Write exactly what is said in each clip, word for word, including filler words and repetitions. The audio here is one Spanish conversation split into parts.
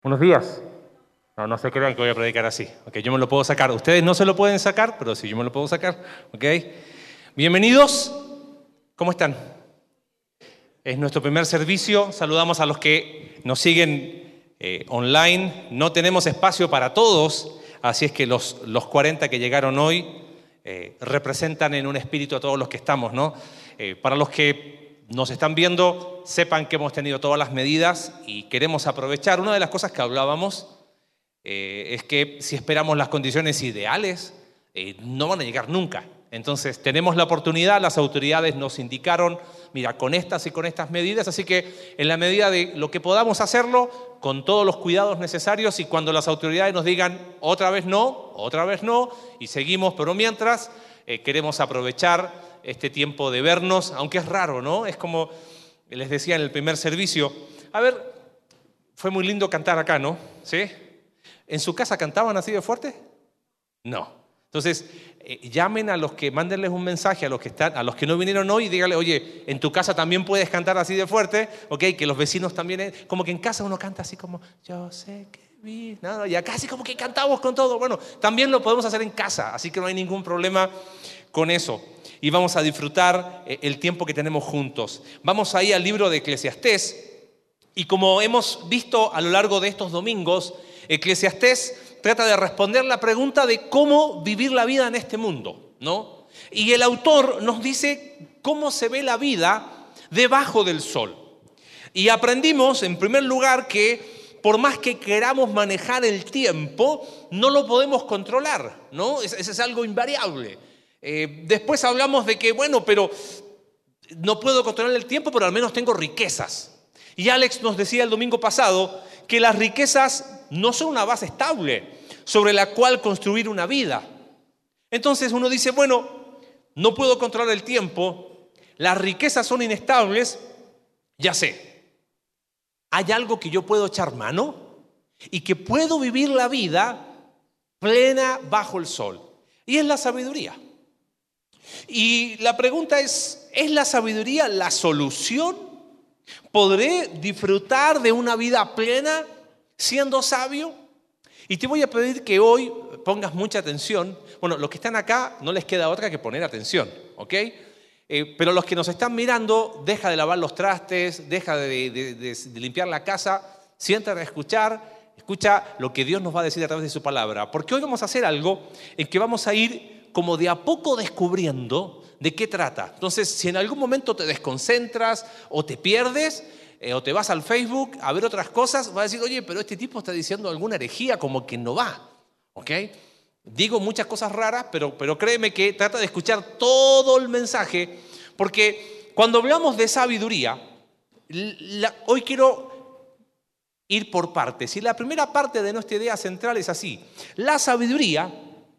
Buenos días. No, no se crean que voy a predicar así. Okay, yo me lo puedo sacar. Ustedes no se lo pueden sacar, pero sí, yo me lo puedo sacar. Okay. Bienvenidos. ¿Cómo están? Es nuestro primer servicio. Saludamos a los que nos siguen eh, online. No tenemos espacio para todos, así es que los, los cuarenta que llegaron hoy eh, representan en un espíritu a todos los que estamos, ¿no? Eh, para los que nos están viendo, sepan que hemos tenido todas las medidas y queremos aprovechar. Una de las cosas que hablábamos eh, es que si esperamos las condiciones ideales, eh, no van a llegar nunca. Entonces tenemos la oportunidad, las autoridades nos indicaron, mira, con estas y con estas medidas, así que en la medida de lo que podamos hacerlo, con todos los cuidados necesarios, y cuando las autoridades nos digan otra vez no, otra vez no, y seguimos, pero mientras eh, queremos aprovechar este tiempo de vernos, aunque es raro, ¿no? Es como les decía en el primer servicio, a ver, fue muy lindo cantar acá, ¿no? ¿Sí? ¿En su casa cantaban así de fuerte? No. Entonces, eh, llamen a los que, mándenles un mensaje a los que están, a los que no vinieron hoy y díganle, oye, en tu casa también puedes cantar así de fuerte, ¿ok? Que los vecinos también, como que en casa uno canta así como, yo sé que vi, no, y acá así como que cantamos con todo. Bueno, también lo podemos hacer en casa, así que no hay ningún problema con eso. Y vamos a disfrutar el tiempo que tenemos juntos. Vamos ahí al libro de Eclesiastés, y como hemos visto a lo largo de estos domingos, Eclesiastés trata de responder la pregunta de cómo vivir la vida en este mundo, ¿no? Y el autor nos dice cómo se ve la vida debajo del sol. Y aprendimos, en primer lugar, que por más que queramos manejar el tiempo, no lo podemos controlar, ¿no? Eso es algo invariable. Eh, después hablamos de que, bueno, pero no puedo controlar el tiempo, pero al menos tengo riquezas. Y Alex nos decía el domingo pasado que las riquezas no son una base estable sobre la cual construir una vida. Entonces uno dice, bueno, no puedo controlar el tiempo, las riquezas son inestables, ya sé. ¿Hay algo que yo puedo echar mano y que puedo vivir la vida plena bajo el sol? Y es la sabiduría. Y la pregunta es, ¿es la sabiduría la solución? ¿Podré disfrutar de una vida plena siendo sabio? Y te voy a pedir que hoy pongas mucha atención. Bueno, los que están acá no les queda otra que poner atención, ¿ok? Eh, pero los que nos están mirando, deja de lavar los trastes, deja de, de, de, de limpiar la casa, siéntate a escuchar, escucha lo que Dios nos va a decir a través de su palabra. Porque hoy vamos a hacer algo en que vamos a ir como de a poco descubriendo de qué trata. Entonces, si en algún momento te desconcentras o te pierdes, eh, o te vas al Facebook a ver otras cosas, vas a decir, oye, pero este tipo está diciendo alguna herejía, como que no va, ¿ok? Digo muchas cosas raras, pero, pero créeme que trata de escuchar todo el mensaje, porque cuando hablamos de sabiduría, la, hoy quiero ir por partes. Y la primera parte de nuestra idea central es así: la sabiduría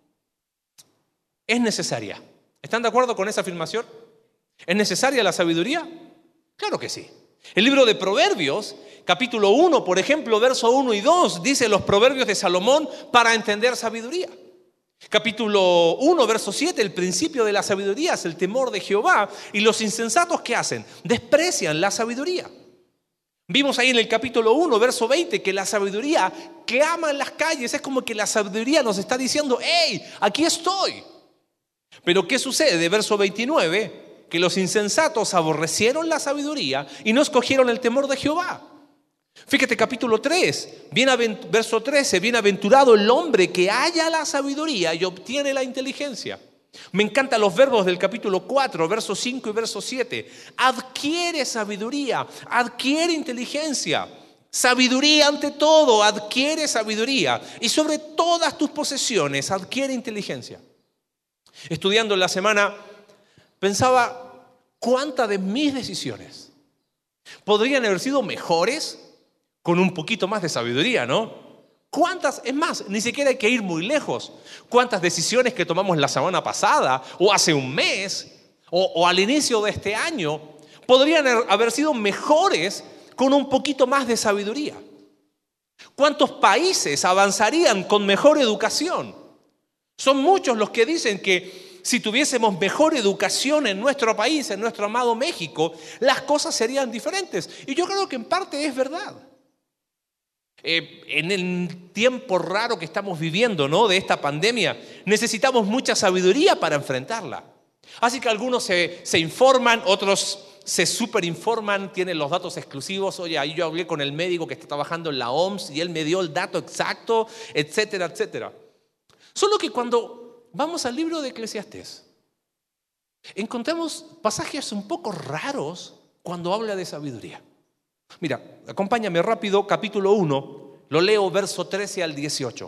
es necesaria. ¿Están de acuerdo con esa afirmación? ¿Es necesaria la sabiduría? Claro que sí. El libro de Proverbios, capítulo uno, por ejemplo, verso uno y dos, dice los proverbios de Salomón para entender sabiduría. Capítulo uno, verso siete, el principio de la sabiduría es el temor de Jehová, y los insensatos, ¿qué hacen? Desprecian la sabiduría. Vimos ahí en el capítulo uno, verso veinte, que la sabiduría clama en las calles. Es como que la sabiduría nos está diciendo, ¡hey, aquí estoy! Pero ¿qué sucede? Verso veintinueve, que los insensatos aborrecieron la sabiduría y no escogieron el temor de Jehová. Fíjate, capítulo tres, verso trece, bienaventurado el hombre que halla la sabiduría y obtiene la inteligencia. Me encantan los verbos del capítulo cuatro, verso cinco y verso siete. Adquiere sabiduría, adquiere inteligencia. Sabiduría ante todo, adquiere sabiduría. Y sobre todas tus posesiones, adquiere inteligencia. Estudiando en la semana, pensaba cuántas de mis decisiones podrían haber sido mejores con un poquito más de sabiduría, ¿no? ¿Cuántas? Es más, ni siquiera hay que ir muy lejos. ¿Cuántas decisiones que tomamos la semana pasada o hace un mes o, o al inicio de este año podrían haber sido mejores con un poquito más de sabiduría? ¿Cuántos países avanzarían con mejor educación? Son muchos los que dicen que si tuviésemos mejor educación en nuestro país, en nuestro amado México, las cosas serían diferentes. Y yo creo que en parte es verdad. Eh, en el tiempo raro que estamos viviendo, ¿no?, de esta pandemia, necesitamos mucha sabiduría para enfrentarla. Así que algunos se, se informan, otros se superinforman, tienen los datos exclusivos. Oye, ahí yo hablé con el médico que está trabajando en la O M S y él me dio el dato exacto, etcétera, etcétera. Solo que cuando vamos al libro de Eclesiastés, encontramos pasajes un poco raros cuando habla de sabiduría. Mira, acompáñame rápido, capítulo uno, lo leo verso trece al dieciocho.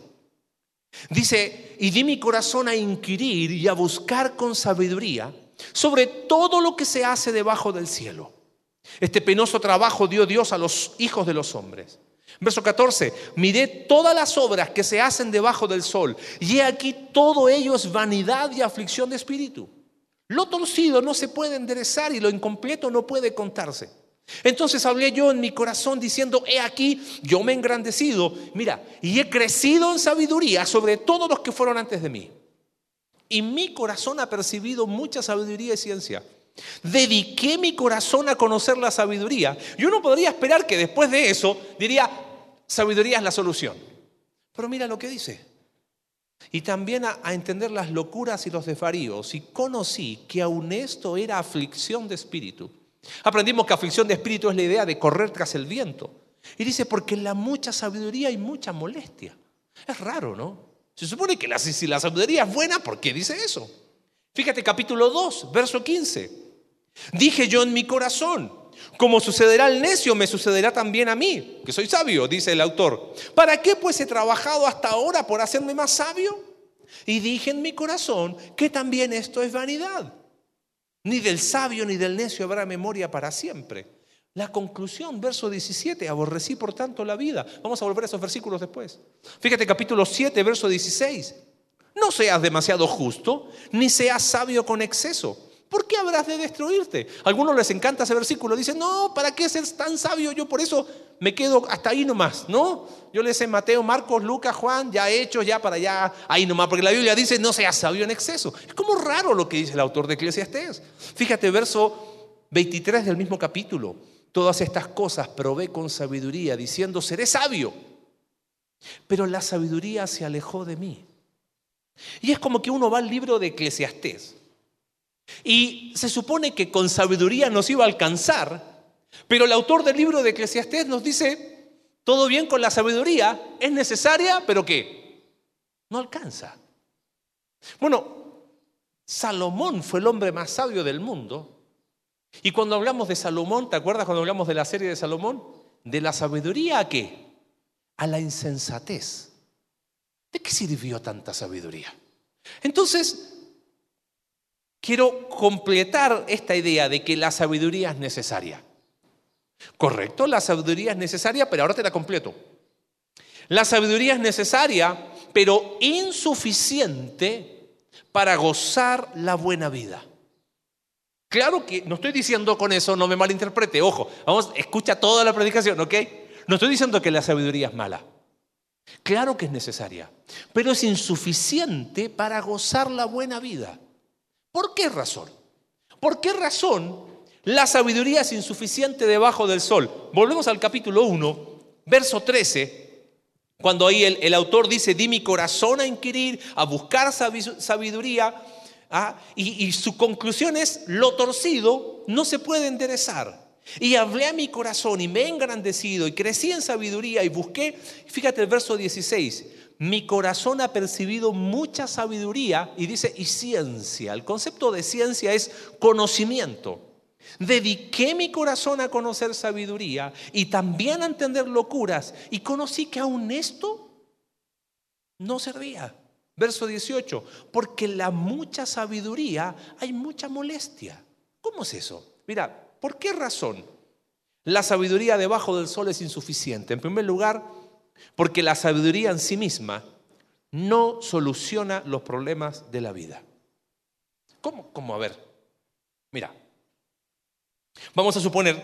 Dice: y di mi corazón a inquirir y a buscar con sabiduría sobre todo lo que se hace debajo del cielo. Este penoso trabajo dio Dios a los hijos de los hombres. Verso catorce, miré todas las obras que se hacen debajo del sol, y he aquí todo ello es vanidad y aflicción de espíritu. Lo torcido no se puede enderezar y lo incompleto no puede contarse. Entonces hablé yo en mi corazón diciendo: he aquí, yo me he engrandecido, mira, y he crecido en sabiduría sobre todos los que fueron antes de mí. Y mi corazón ha percibido mucha sabiduría y ciencia. Dediqué mi corazón a conocer la sabiduría. Y uno podría esperar que después de eso diría: sabiduría es la solución. Pero mira lo que dice. Y también a, a entender las locuras y los desvaríos. Y conocí que aun esto era aflicción de espíritu. Aprendimos que aflicción de espíritu es la idea de correr tras el viento. Y dice: porque en la mucha sabiduría hay mucha molestia. Es raro, ¿no? Se supone que la, si la sabiduría es buena, ¿por qué dice eso? Fíjate, capítulo dos, verso quince. Dije yo en mi corazón: como sucederá al necio, me sucederá también a mí, que soy sabio, dice el autor. ¿Para qué pues he trabajado hasta ahora por hacerme más sabio? Y dije en mi corazón que también esto es vanidad. Ni del sabio ni del necio habrá memoria para siempre. La conclusión, verso diecisiete, aborrecí por tanto la vida. Vamos a volver a esos versículos después. Fíjate, capítulo siete, verso dieciséis. No seas demasiado justo, ni seas sabio con exceso. ¿Por qué habrás de destruirte? A algunos les encanta ese versículo. Dicen: no, ¿para qué ser tan sabio? Yo por eso me quedo hasta ahí nomás, ¿no? Yo les sé Mateo, Marcos, Lucas, Juan, ya hechos, ya para allá, ahí nomás. Porque la Biblia dice: no seas sabio en exceso. Es como raro lo que dice el autor de Eclesiastés. Fíjate, verso veintitrés del mismo capítulo. Todas estas cosas probé con sabiduría, diciendo: seré sabio. Pero la sabiduría se alejó de mí. Y es como que uno va al libro de Eclesiastés y se supone que con sabiduría nos iba a alcanzar, pero el autor del libro de Eclesiastés nos dice: todo bien con la sabiduría, es necesaria, pero ¿qué? No alcanza. Bueno, Salomón fue el hombre más sabio del mundo. Y cuando hablamos de Salomón, ¿te acuerdas cuando hablamos de la serie de Salomón? ¿De la sabiduría a qué? A la insensatez. ¿De qué sirvió tanta sabiduría? Entonces, quiero completar esta idea de que la sabiduría es necesaria. Correcto, la sabiduría es necesaria, pero ahora te la completo. La sabiduría es necesaria, pero insuficiente para gozar la buena vida. Claro que no estoy diciendo con eso, no me malinterprete, ojo, vamos, escucha toda la predicación, ¿ok? No estoy diciendo que la sabiduría es mala. Claro que es necesaria, pero es insuficiente para gozar la buena vida. ¿Por qué razón? ¿Por qué razón la sabiduría es insuficiente debajo del sol? Volvemos al capítulo uno, verso trece, cuando ahí el, el autor dice: di mi corazón a inquirir, a buscar sabiduría. ¿Ah? Y, y su conclusión es: lo torcido no se puede enderezar. Y hablé a mi corazón y me he engrandecido y crecí en sabiduría y busqué. Fíjate el verso dieciséis: mi corazón ha percibido mucha sabiduría, y dice, y ciencia. El concepto de ciencia es conocimiento. Dediqué mi corazón a conocer sabiduría y también a entender locuras, y conocí que aún esto no servía. Verso dieciocho, porque en la mucha sabiduría hay mucha molestia. ¿Cómo es eso? Mira, ¿por qué razón la sabiduría debajo del sol es insuficiente? En primer lugar, porque la sabiduría en sí misma no soluciona los problemas de la vida. ¿Cómo? ¿Cómo? A ver, mira, vamos a suponer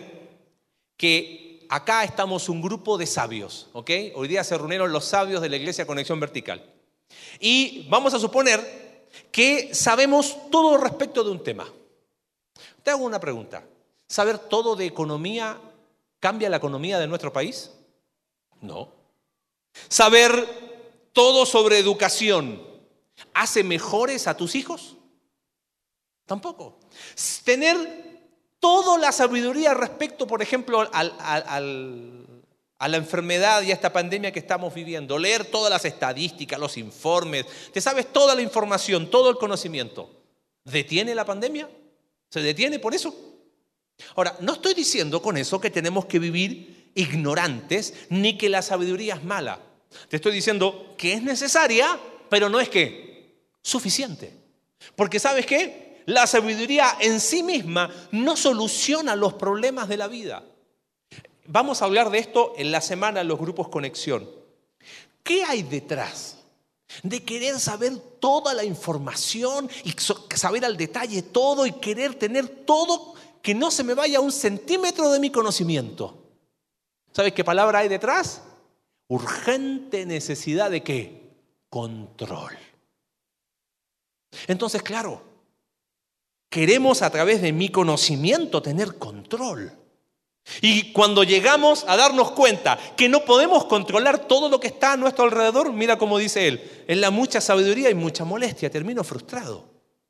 que acá estamos un grupo de sabios, ¿ok? Hoy día se reunieron los sabios de la Iglesia Conexión Vertical. Y vamos a suponer que sabemos todo respecto de un tema. Te hago una pregunta. ¿Saber todo de economía cambia la economía de nuestro país? No. Saber todo sobre educación ¿hace mejores a tus hijos? Tampoco. Tener toda la sabiduría respecto, por ejemplo, al, al, al, a la enfermedad y a esta pandemia que estamos viviendo, leer todas las estadísticas, los informes, te sabes toda la información, todo el conocimiento, ¿detiene la pandemia? ¿Se detiene por eso? Ahora, no estoy diciendo con eso que tenemos que vivir ignorantes ni que la sabiduría es mala. Te estoy diciendo que es necesaria, pero no es que suficiente. Porque ¿sabes qué? La sabiduría en sí misma no soluciona los problemas de la vida. Vamos a hablar de esto en la semana en los grupos Conexión. ¿Qué hay detrás de querer saber toda la información y saber al detalle todo y querer tener todo, que no se me vaya un centímetro de mi conocimiento? ¿Sabes qué palabra hay detrás? Urgente necesidad de ¿qué? Control. Entonces, claro, queremos a través de mi conocimiento tener control. Y cuando llegamos a darnos cuenta que no podemos controlar todo lo que está a nuestro alrededor, mira cómo dice él, en la mucha sabiduría y mucha molestia, termino frustrado.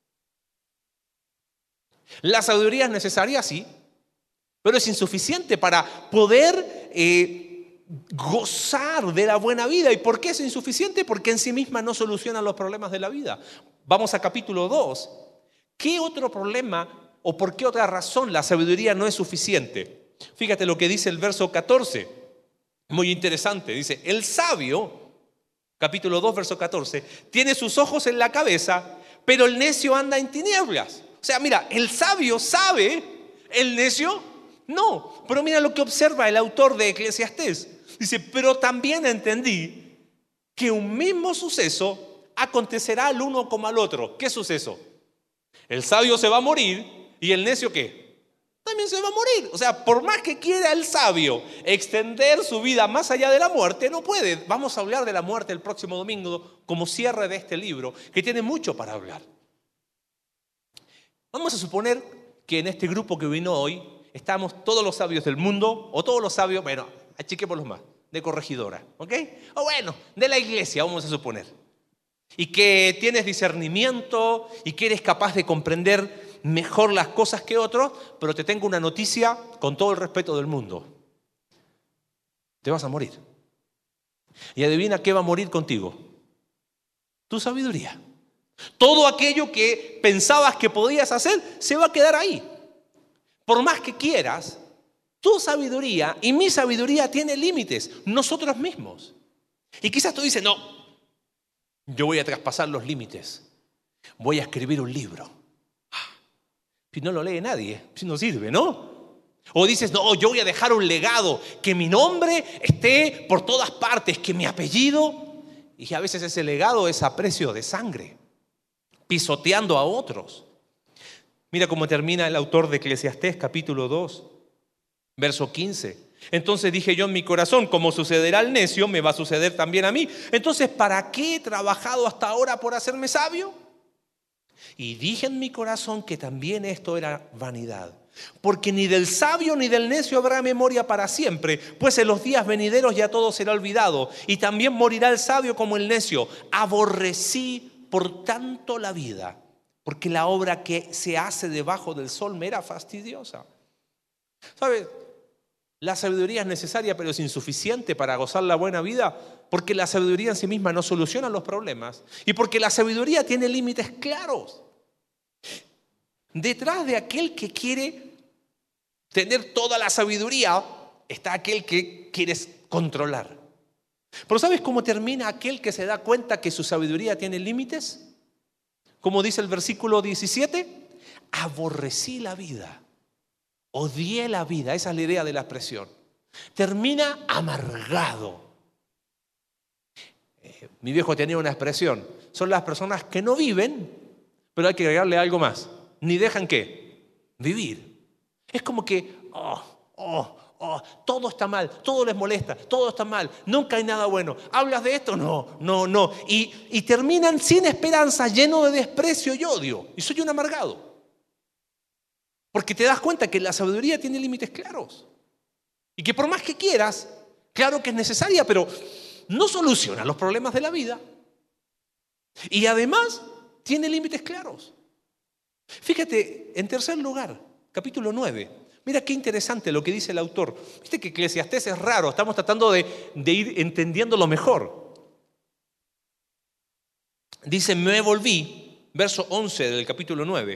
La sabiduría es necesaria, sí, pero es insuficiente para poder eh, gozar de la buena vida. ¿Y por qué es insuficiente? Porque en sí misma no soluciona los problemas de la vida. Vamos a capítulo dos. ¿Qué otro problema o por qué otra razón la sabiduría no es suficiente? Fíjate lo que dice el verso catorce, muy interesante. Dice, el sabio, capítulo dos, verso catorce, tiene sus ojos en la cabeza, pero el necio anda en tinieblas. O sea, mira, el sabio sabe, el necio no. Pero mira lo que observa el autor de Eclesiastés. Dice, pero también entendí que un mismo suceso acontecerá al uno como al otro. ¿Qué suceso? El sabio se va a morir y el necio ¿qué? También se va a morir. O sea, por más que quiera el sabio extender su vida más allá de la muerte, no puede. Vamos a hablar de la muerte el próximo domingo como cierre de este libro, que tiene mucho para hablar. Vamos a suponer que en este grupo que vino hoy estamos todos los sabios del mundo, o todos los sabios, bueno, achiquémoslos más, de Corregidora, ¿ok? O bueno, de la iglesia, vamos a suponer. Y que tienes discernimiento y que eres capaz de comprender mejor las cosas que otros, pero te tengo una noticia con todo el respeto del mundo. Te vas a morir. Y adivina qué va a morir contigo. Tu sabiduría. Todo aquello que pensabas que podías hacer se va a quedar ahí. Por más que quieras, tu sabiduría y mi sabiduría tiene límites, nosotros mismos. Y quizás tú dices, no, yo voy a traspasar los límites. Voy a escribir un libro. Si no lo lee nadie, si no sirve, ¿no? O dices, no, yo voy a dejar un legado, que mi nombre esté por todas partes, que mi apellido, y a veces ese legado es a precio de sangre, pisoteando a otros. Mira cómo termina el autor de Eclesiastés, capítulo dos, verso quince. Entonces dije yo en mi corazón, como sucederá al necio, me va a suceder también a mí. Entonces, ¿para qué he trabajado hasta ahora por hacerme sabio? Y dije en mi corazón que también esto era vanidad, porque ni del sabio ni del necio habrá memoria para siempre, pues en los días venideros ya todo será olvidado, y también morirá el sabio como el necio. Aborrecí por tanto la vida, porque la obra que se hace debajo del sol me era fastidiosa. ¿Sabes? La sabiduría es necesaria, pero es insuficiente para gozar la buena vida, porque la sabiduría en sí misma no soluciona los problemas y porque la sabiduría tiene límites claros. Detrás de aquel que quiere tener toda la sabiduría está aquel que quiere controlar. Pero ¿sabes cómo termina aquel que se da cuenta que su sabiduría tiene límites? Como dice el versículo diecisiete, aborrecí la vida. Odié la vida, esa es la idea de la expresión. Termina amargado. Eh, mi viejo tenía una expresión. Son las personas que no viven, pero hay que agregarle algo más. Ni dejan ¿qué? Vivir. Es como que, oh, oh, oh, todo está mal, todo les molesta, todo está mal, nunca hay nada bueno. ¿Hablas de esto? No, no, no. Y, y terminan sin esperanza, llenos de desprecio y odio. Y soy un amargado. Porque te das cuenta que la sabiduría tiene límites claros. Y que por más que quieras, claro que es necesaria, pero no soluciona los problemas de la vida y además tiene límites claros. Fíjate, en tercer lugar, capítulo nueve. Mira qué interesante lo que dice el autor. Viste que Eclesiastés es raro, estamos tratando de, de ir entendiéndolo mejor. Dice, me volví, verso once del capítulo nueve,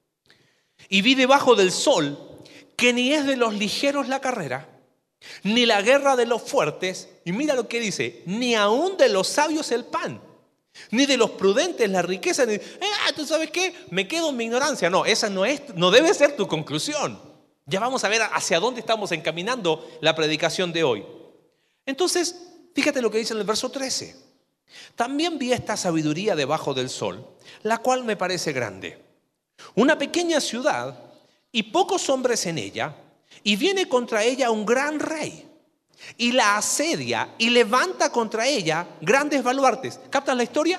y vi debajo del sol que ni es de los ligeros la carrera, ni la guerra de los fuertes, y mira lo que dice, ni aún de los sabios el pan, ni de los prudentes la riqueza, ni, ah, ¿tú sabes qué? Me quedo en mi ignorancia. No, esa no es, no debe ser tu conclusión. Ya vamos a ver hacia dónde estamos encaminando la predicación de hoy. Entonces, fíjate lo que dice en el verso trece. También vi esta sabiduría debajo del sol, la cual me parece grande. Una pequeña ciudad y pocos hombres en ella, y viene contra ella un gran rey, y la asedia y levanta contra ella grandes baluartes. ¿Captas la historia?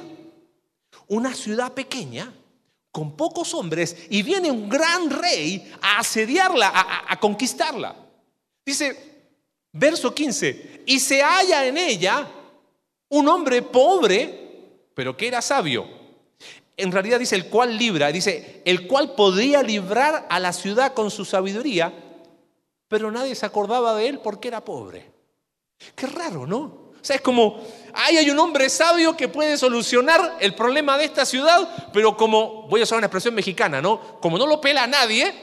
Una ciudad pequeña, con pocos hombres, y viene un gran rey a asediarla, a, a, a conquistarla. Dice, verso quince, y se halla en ella un hombre pobre, pero que era sabio. En realidad dice el cual libra, dice el cual podría librar a la ciudad con su sabiduría, pero nadie se acordaba de él porque era pobre. Qué raro, ¿no? O sea, es como, ay, hay un hombre sabio que puede solucionar el problema de esta ciudad, pero como, voy a usar una expresión mexicana, ¿no? Como no lo pela a nadie,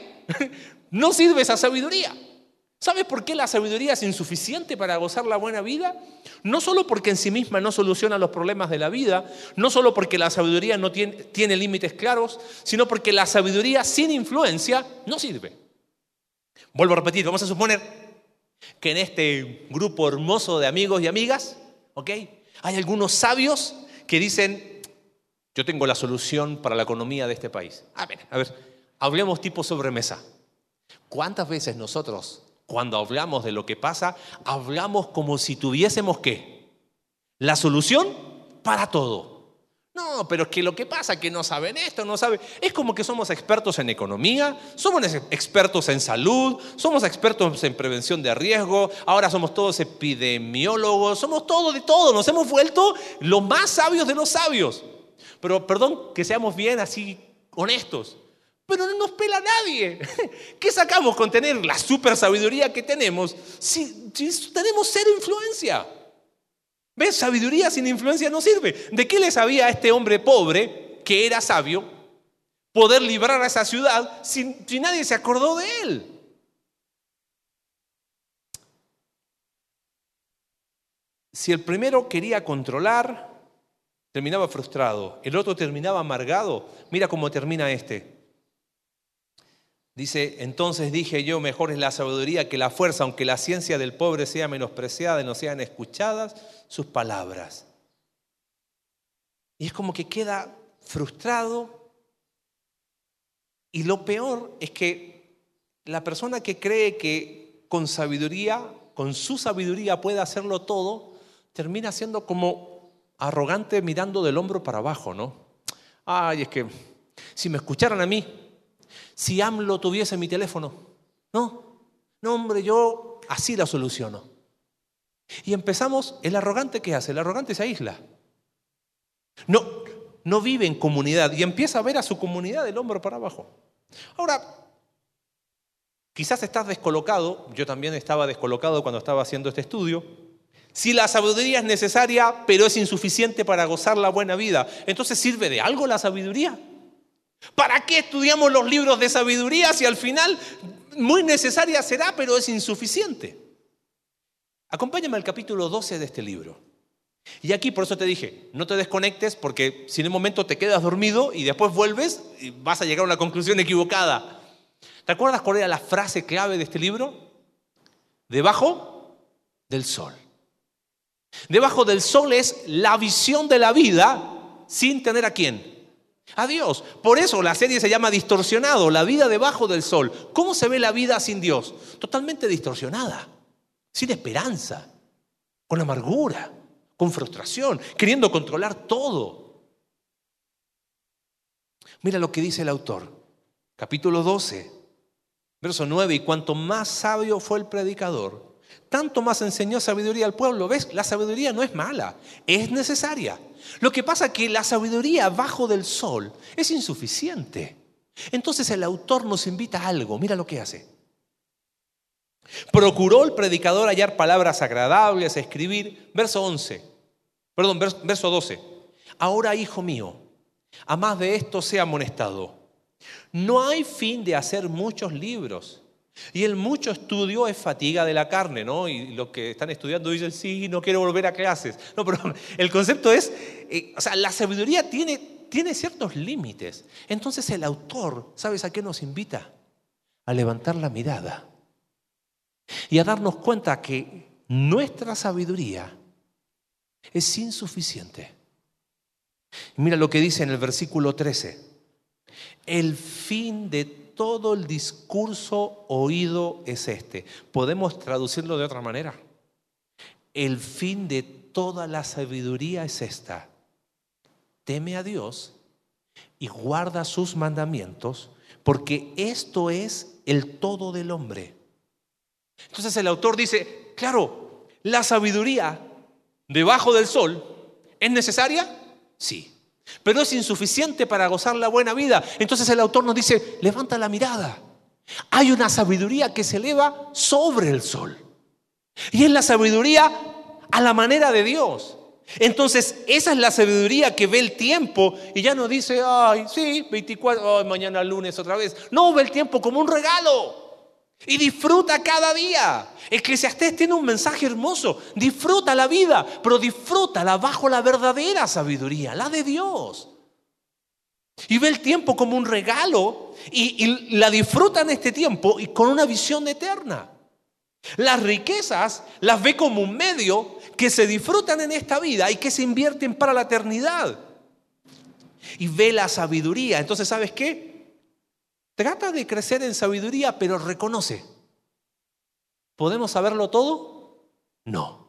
no sirve esa sabiduría. ¿Sabes por qué la sabiduría es insuficiente para gozar la buena vida? No solo porque en sí misma no soluciona los problemas de la vida, no solo porque la sabiduría no tiene, tiene límites claros, sino porque la sabiduría sin influencia no sirve. Vuelvo a repetir, vamos a suponer que en este grupo hermoso de amigos y amigas, ¿ok?, hay algunos sabios que dicen, yo tengo la solución para la economía de este país. A ver, a ver, hablemos tipo sobremesa. ¿Cuántas veces nosotros, cuando hablamos de lo que pasa, hablamos como si tuviésemos ¿qué? La solución para todo? No, pero es que lo que pasa es que no saben esto, no saben. Es como que somos expertos en economía, somos expertos en salud, somos expertos en prevención de riesgo, ahora somos todos epidemiólogos, somos todo de todo, nos hemos vuelto los más sabios de los sabios. Pero perdón que seamos bien así honestos, pero no nos pela nadie. ¿Qué sacamos con tener la super sabiduría que tenemos si, si tenemos cero influencia? ¿Ves? Sabiduría sin influencia no sirve. ¿De qué le sabía a este hombre pobre, que era sabio, poder librar a esa ciudad si, si nadie se acordó de él? Si el primero quería controlar, terminaba frustrado. El otro terminaba amargado. Mira cómo termina este. Dice, entonces dije yo, mejor es la sabiduría que la fuerza, aunque la ciencia del pobre sea menospreciada y no sean escuchadas sus palabras. Y es como que queda frustrado. Y lo peor es que la persona que cree que con sabiduría, con su sabiduría puede hacerlo todo, termina siendo como arrogante mirando del hombro para abajo, ¿no? Ay, es que si me escucharan a mí, si AMLO tuviese mi teléfono, no, no hombre, yo así la soluciono. Y empezamos, el arrogante ¿qué hace? El arrogante se aísla. No, no vive en comunidad y empieza a ver a su comunidad del hombro para abajo. Ahora, quizás estás descolocado, yo también estaba descolocado cuando estaba haciendo este estudio. Si la sabiduría es necesaria, pero es insuficiente para gozar la buena vida, entonces ¿sirve de algo la sabiduría? ¿Para qué estudiamos los libros de sabiduría si al final muy necesaria será, pero es insuficiente? Acompáñame al capítulo doce de este libro. Y aquí por eso te dije, no te desconectes porque si en un momento te quedas dormido y después vuelves y vas a llegar a una conclusión equivocada. ¿Te acuerdas cuál era la frase clave de este libro? Debajo del sol. Debajo del sol es la visión de la vida sin tener a quién. A Dios. Por eso la serie se llama Distorsionado, la vida debajo del sol. ¿Cómo se ve la vida sin Dios? Totalmente distorsionada, sin esperanza, con amargura, con frustración, queriendo controlar todo. Mira lo que dice el autor, capítulo doce, verso nueve. Y cuanto más sabio fue el predicador, Tanto más enseñó sabiduría al pueblo. ¿Ves? La sabiduría no es mala, es necesaria. Lo que pasa es que la sabiduría bajo del sol es insuficiente. Entonces el autor nos invita a algo. Mira lo que hace. Procuró el predicador hallar palabras agradables a escribir. Verso once. Perdón, verso doce. Ahora, hijo mío, a más de esto sea amonestado. No hay fin de hacer muchos libros. Y el mucho estudio es fatiga de la carne, ¿no? Y los que están estudiando dicen, sí, no quiero volver a clases. No, pero el concepto es, eh, o sea, la sabiduría tiene, tiene ciertos límites. Entonces el autor, ¿sabes a qué nos invita? A levantar la mirada y a darnos cuenta que nuestra sabiduría es insuficiente. Mira lo que dice en el versículo trece. El fin de todo el discurso oído es este. ¿Podemos traducirlo de otra manera? El fin de toda la sabiduría es esta. Teme a Dios y guarda sus mandamientos, porque esto es el todo del hombre. Entonces el autor dice, claro, la sabiduría debajo del sol es necesaria, sí. Pero es insuficiente para gozar la buena vida. Entonces el autor nos dice, levanta la mirada. Hay una sabiduría que se eleva sobre el sol. Y es la sabiduría a la manera de Dios. Entonces esa es la sabiduría que ve el tiempo y ya no dice, ay, sí, veinticuatro, ay, mañana lunes otra vez. No, ve el tiempo como un regalo. Y disfruta cada día. Eclesiastés tiene un mensaje hermoso. Disfruta la vida, pero disfrútala bajo la verdadera sabiduría, la de Dios. Y ve el tiempo como un regalo y, y la disfruta en este tiempo y con una visión eterna. Las riquezas las ve como un medio que se disfrutan en esta vida y que se invierten para la eternidad. Y ve la sabiduría. Entonces, ¿sabes qué? Trata de crecer en sabiduría, pero reconoce. ¿Podemos saberlo todo? No.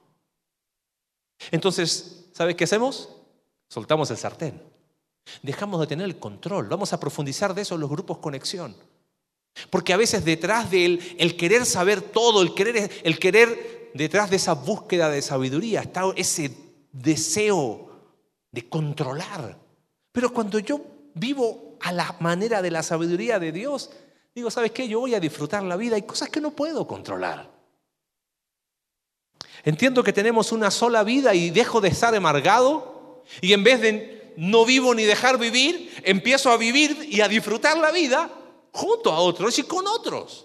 Entonces, ¿sabes qué hacemos? Soltamos el sartén. Dejamos de tener el control. Vamos a profundizar de eso en los grupos conexión. Porque a veces detrás del el querer saber todo, el querer, el querer detrás de esa búsqueda de sabiduría está ese deseo de controlar. Pero cuando yo vivo a la manera de la sabiduría de Dios, digo, ¿sabes qué? Yo voy a disfrutar la vida. Hay cosas que no puedo controlar. Entiendo que tenemos una sola vida y dejo de estar amargado y en vez de no vivo ni dejar vivir, empiezo a vivir y a disfrutar la vida junto a otros y con otros.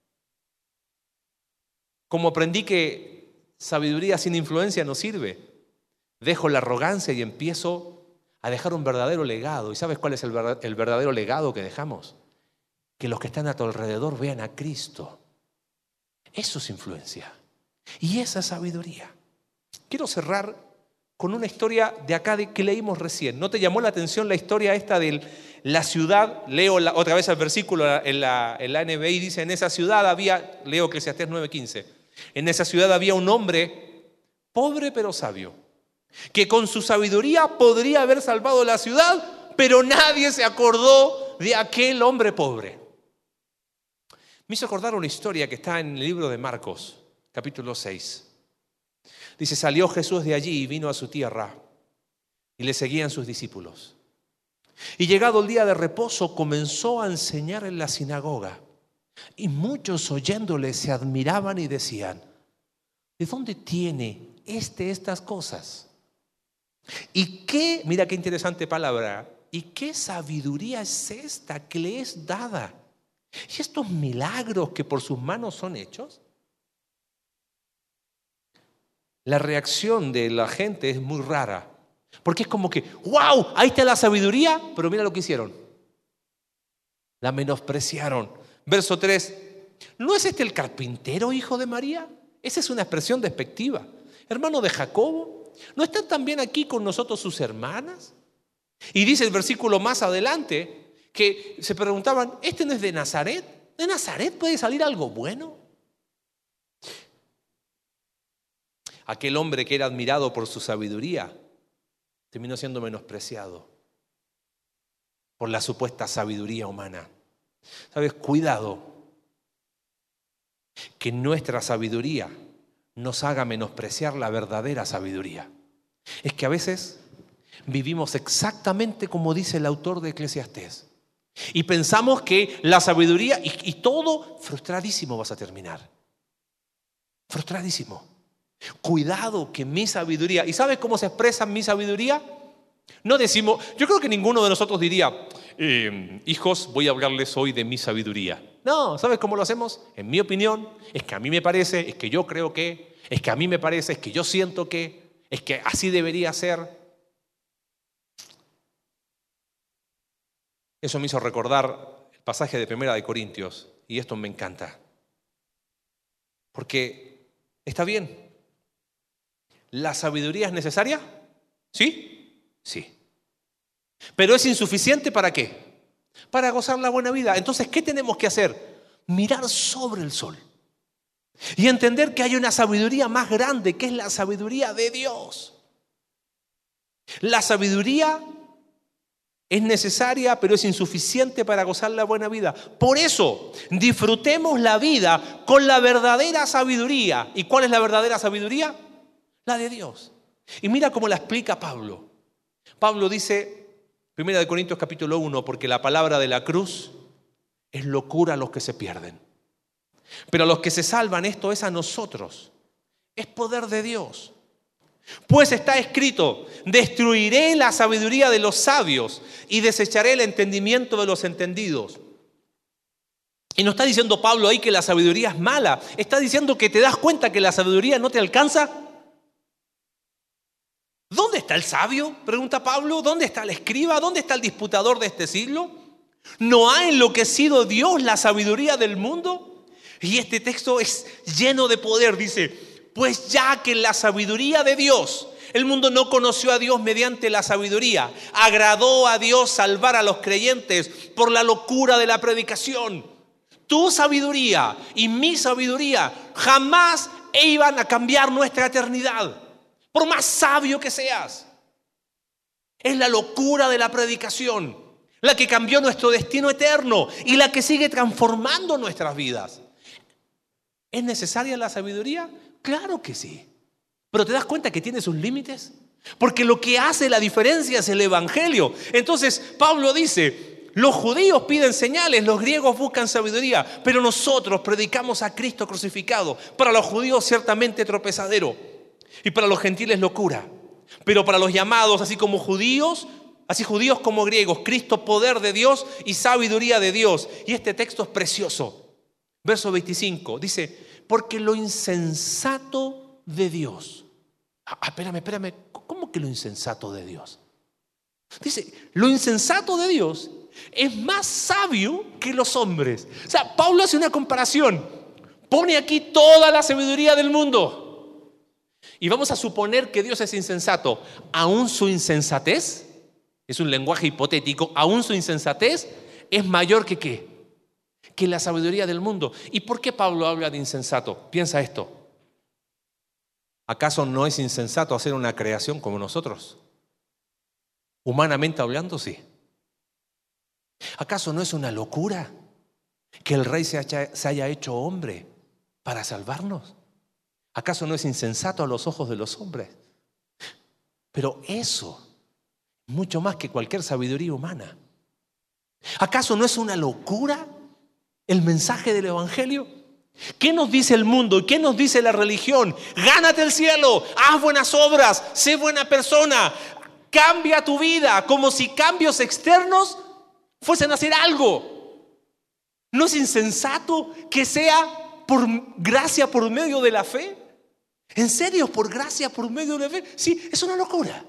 Como aprendí que sabiduría sin influencia no sirve, dejo la arrogancia y empiezo a dejar un verdadero legado. ¿Y sabes cuál es el verdadero legado que dejamos? Que los que están a tu alrededor vean a Cristo. Eso es influencia. Y esa es sabiduría. Quiero cerrar con una historia de acá de que leímos recién. ¿No te llamó la atención la historia esta de la ciudad? Leo la, otra vez el versículo en la, en la N B I, dice, en esa ciudad había, leo Eclesiastés nueve quince, en esa ciudad había un hombre pobre pero sabio, que con su sabiduría podría haber salvado la ciudad, pero nadie se acordó de aquel hombre pobre. Me hizo acordar una historia que está en el libro de Marcos, capítulo seis. Dice, salió Jesús de allí y vino a su tierra y le seguían sus discípulos. Y llegado el día de reposo comenzó a enseñar en la sinagoga. Y muchos oyéndole se admiraban y decían, ¿de dónde tiene este estas cosas? Y qué, mira qué interesante palabra, y qué sabiduría es esta que le es dada. Y estos milagros que por sus manos son hechos. La reacción de la gente es muy rara, porque es como que, wow, ahí está la sabiduría, pero mira lo que hicieron. La menospreciaron. Verso tres, ¿no es este el carpintero, hijo de María? Esa es una expresión despectiva. Hermano de Jacobo, ¿no están también aquí con nosotros sus hermanas? Y dice el versículo más adelante que se preguntaban, ¿este no es de Nazaret? ¿De Nazaret puede salir algo bueno? Aquel hombre que era admirado por su sabiduría terminó siendo menospreciado por la supuesta sabiduría humana. ¿Sabes? Cuidado, que nuestra sabiduría nos haga menospreciar la verdadera sabiduría. Es que a veces vivimos exactamente como dice el autor de Eclesiastés. Y pensamos que la sabiduría, y, y todo, frustradísimo vas a terminar. Frustradísimo. Cuidado que mi sabiduría, ¿y sabes cómo se expresa mi sabiduría? No decimos, yo creo que ninguno de nosotros diría, eh, hijos, voy a hablarles hoy de mi sabiduría. No, ¿sabes cómo lo hacemos? En mi opinión, es que a mí me parece, es que yo creo que, es que a mí me parece, es que yo siento que, es que así debería ser. Eso me hizo recordar el pasaje de Primera de Corintios, y esto me encanta. Porque está bien. ¿La sabiduría es necesaria? ¿Sí? Sí. ¿Pero es insuficiente para qué? Para gozar la buena vida. Entonces, ¿qué tenemos que hacer? Mirar sobre el sol. Y entender que hay una sabiduría más grande, que es la sabiduría de Dios. La sabiduría es necesaria, pero es insuficiente para gozar la buena vida. Por eso, disfrutemos la vida con la verdadera sabiduría. ¿Y cuál es la verdadera sabiduría? La de Dios. Y mira cómo la explica Pablo. Pablo dice, Primera de Corintios capítulo uno, porque la palabra de la cruz es locura a los que se pierden. Pero a los que se salvan, esto es a nosotros. Es poder de Dios. Pues está escrito, destruiré la sabiduría de los sabios y desecharé el entendimiento de los entendidos. Y no está diciendo Pablo ahí que la sabiduría es mala. Está diciendo que te das cuenta que la sabiduría no te alcanza. ¿Dónde está el sabio? Pregunta Pablo. ¿Dónde está el escriba? ¿Dónde está el disputador de este siglo? ¿No ha enloquecido Dios la sabiduría del mundo? Y este texto es lleno de poder. Dice, pues ya que la sabiduría de Dios, el mundo no conoció a Dios mediante la sabiduría, agradó a Dios salvar a los creyentes por la locura de la predicación. Tu sabiduría y mi sabiduría jamás iban a cambiar nuestra eternidad, por más sabio que seas. Es la locura de la predicación la que cambió nuestro destino eterno y la que sigue transformando nuestras vidas. ¿Es necesaria la sabiduría? Claro que sí. Pero ¿te das cuenta que tiene sus límites? Porque lo que hace la diferencia es el evangelio. Entonces Pablo dice, los judíos piden señales, los griegos buscan sabiduría, pero nosotros predicamos a Cristo crucificado. Para los judíos ciertamente tropezadero y para los gentiles locura. Pero para los llamados, así como judíos, así judíos como griegos, Cristo poder de Dios y sabiduría de Dios. Y este texto es precioso. Verso veinticinco dice, porque lo insensato de Dios. Ah, espérame, espérame, ¿cómo que lo insensato de Dios? Dice, lo insensato de Dios es más sabio que los hombres. O sea, Pablo hace una comparación. Pone aquí toda la sabiduría del mundo. Y vamos a suponer que Dios es insensato. Aún su insensatez, es un lenguaje hipotético, aún su insensatez es mayor que ¿qué? Que la sabiduría del mundo. ¿Y por qué Pablo habla de insensato? Piensa esto. ¿Acaso no es insensato hacer una creación como nosotros? Humanamente hablando, sí. ¿Acaso no es una locura que el rey se haya, se haya hecho hombre para salvarnos? ¿Acaso no es insensato a los ojos de los hombres? Pero eso, mucho más que cualquier sabiduría humana. ¿Acaso no es una locura el mensaje del evangelio? ¿Qué nos dice el mundo y qué nos dice la religión? Gánate el cielo, haz buenas obras, sé buena persona, cambia tu vida, como si cambios externos fuesen a hacer algo. ¿No es insensato que sea por gracia por medio de la fe? ¿En serio, por gracia por medio de la fe? Sí, es una locura.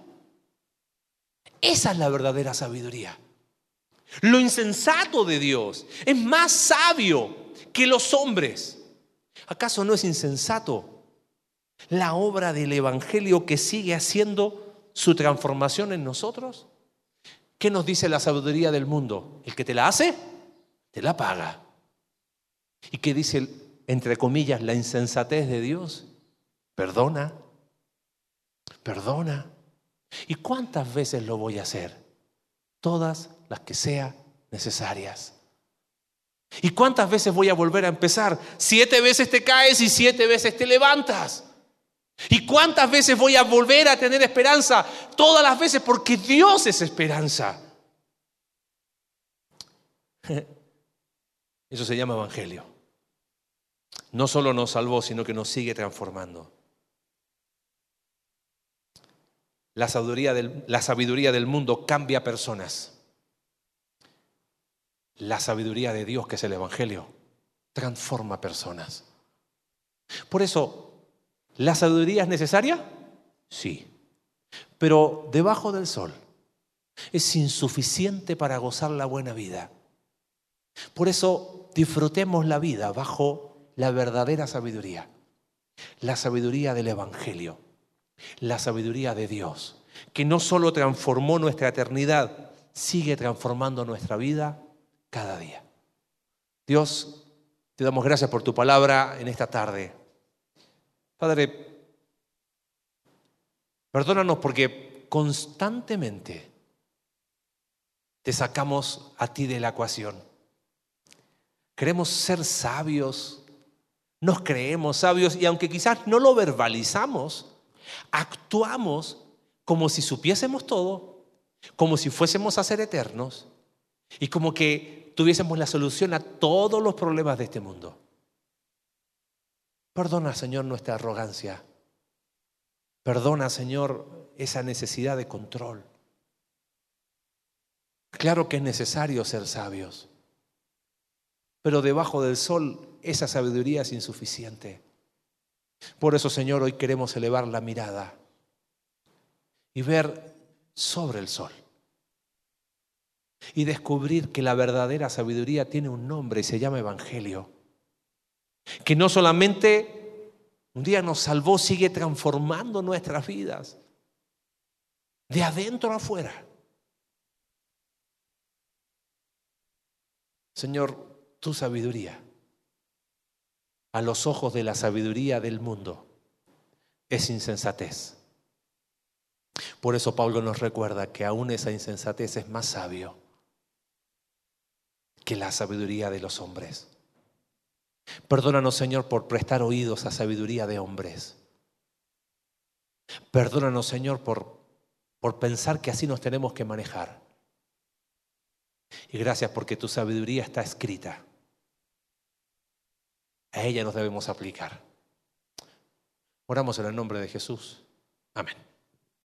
Esa es la verdadera sabiduría. Lo insensato de Dios es más sabio que los hombres. ¿Acaso no es insensato la obra del evangelio que sigue haciendo su transformación en nosotros? ¿Qué nos dice la sabiduría del mundo? El que te la hace, te la paga. ¿Y qué dice, entre comillas, la insensatez de Dios? Perdona, perdona. ¿Y cuántas veces lo voy a hacer? Todas las que sean necesarias. ¿Y cuántas veces voy a volver a empezar? Siete veces te caes y siete veces te levantas. ¿Y cuántas veces voy a volver a tener esperanza? Todas las veces, porque Dios es esperanza. Eso se llama evangelio. No solo nos salvó, sino que nos sigue transformando. La sabiduría del, la sabiduría del mundo cambia personas. La sabiduría de Dios, que es el evangelio, transforma personas. Por eso, ¿la sabiduría es necesaria? Sí. Pero debajo del sol es insuficiente para gozar la buena vida. Por eso, disfrutemos la vida bajo la verdadera sabiduría. La sabiduría del evangelio. La sabiduría de Dios, que no solo transformó nuestra eternidad, sigue transformando nuestra vida cada día. Dios, te damos gracias por tu palabra en esta tarde. Padre, perdónanos porque constantemente te sacamos a ti de la ecuación. Queremos ser sabios, nos creemos sabios y aunque quizás no lo verbalizamos, actuamos como si supiésemos todo, como si fuésemos a ser eternos y como que tuviésemos la solución a todos los problemas de este mundo. Perdona, Señor, nuestra arrogancia. Perdona, Señor, esa necesidad de control. Claro que es necesario ser sabios, pero debajo del sol esa sabiduría es insuficiente. Por eso, Señor, hoy queremos elevar la mirada y ver sobre el sol y descubrir que la verdadera sabiduría tiene un nombre y se llama evangelio, que no solamente un día nos salvó, sigue transformando nuestras vidas de adentro a afuera. Señor, tu sabiduría a los ojos de la sabiduría del mundo es insensatez. Por eso Pablo nos recuerda que aún esa insensatez es más sabio que la sabiduría de los hombres. Perdónanos, Señor, por prestar oídos a sabiduría de hombres. Perdónanos, Señor, por, por pensar que así nos tenemos que manejar. Y gracias porque tu sabiduría está escrita. A ella nos debemos aplicar. Oramos en el nombre de Jesús. Amén.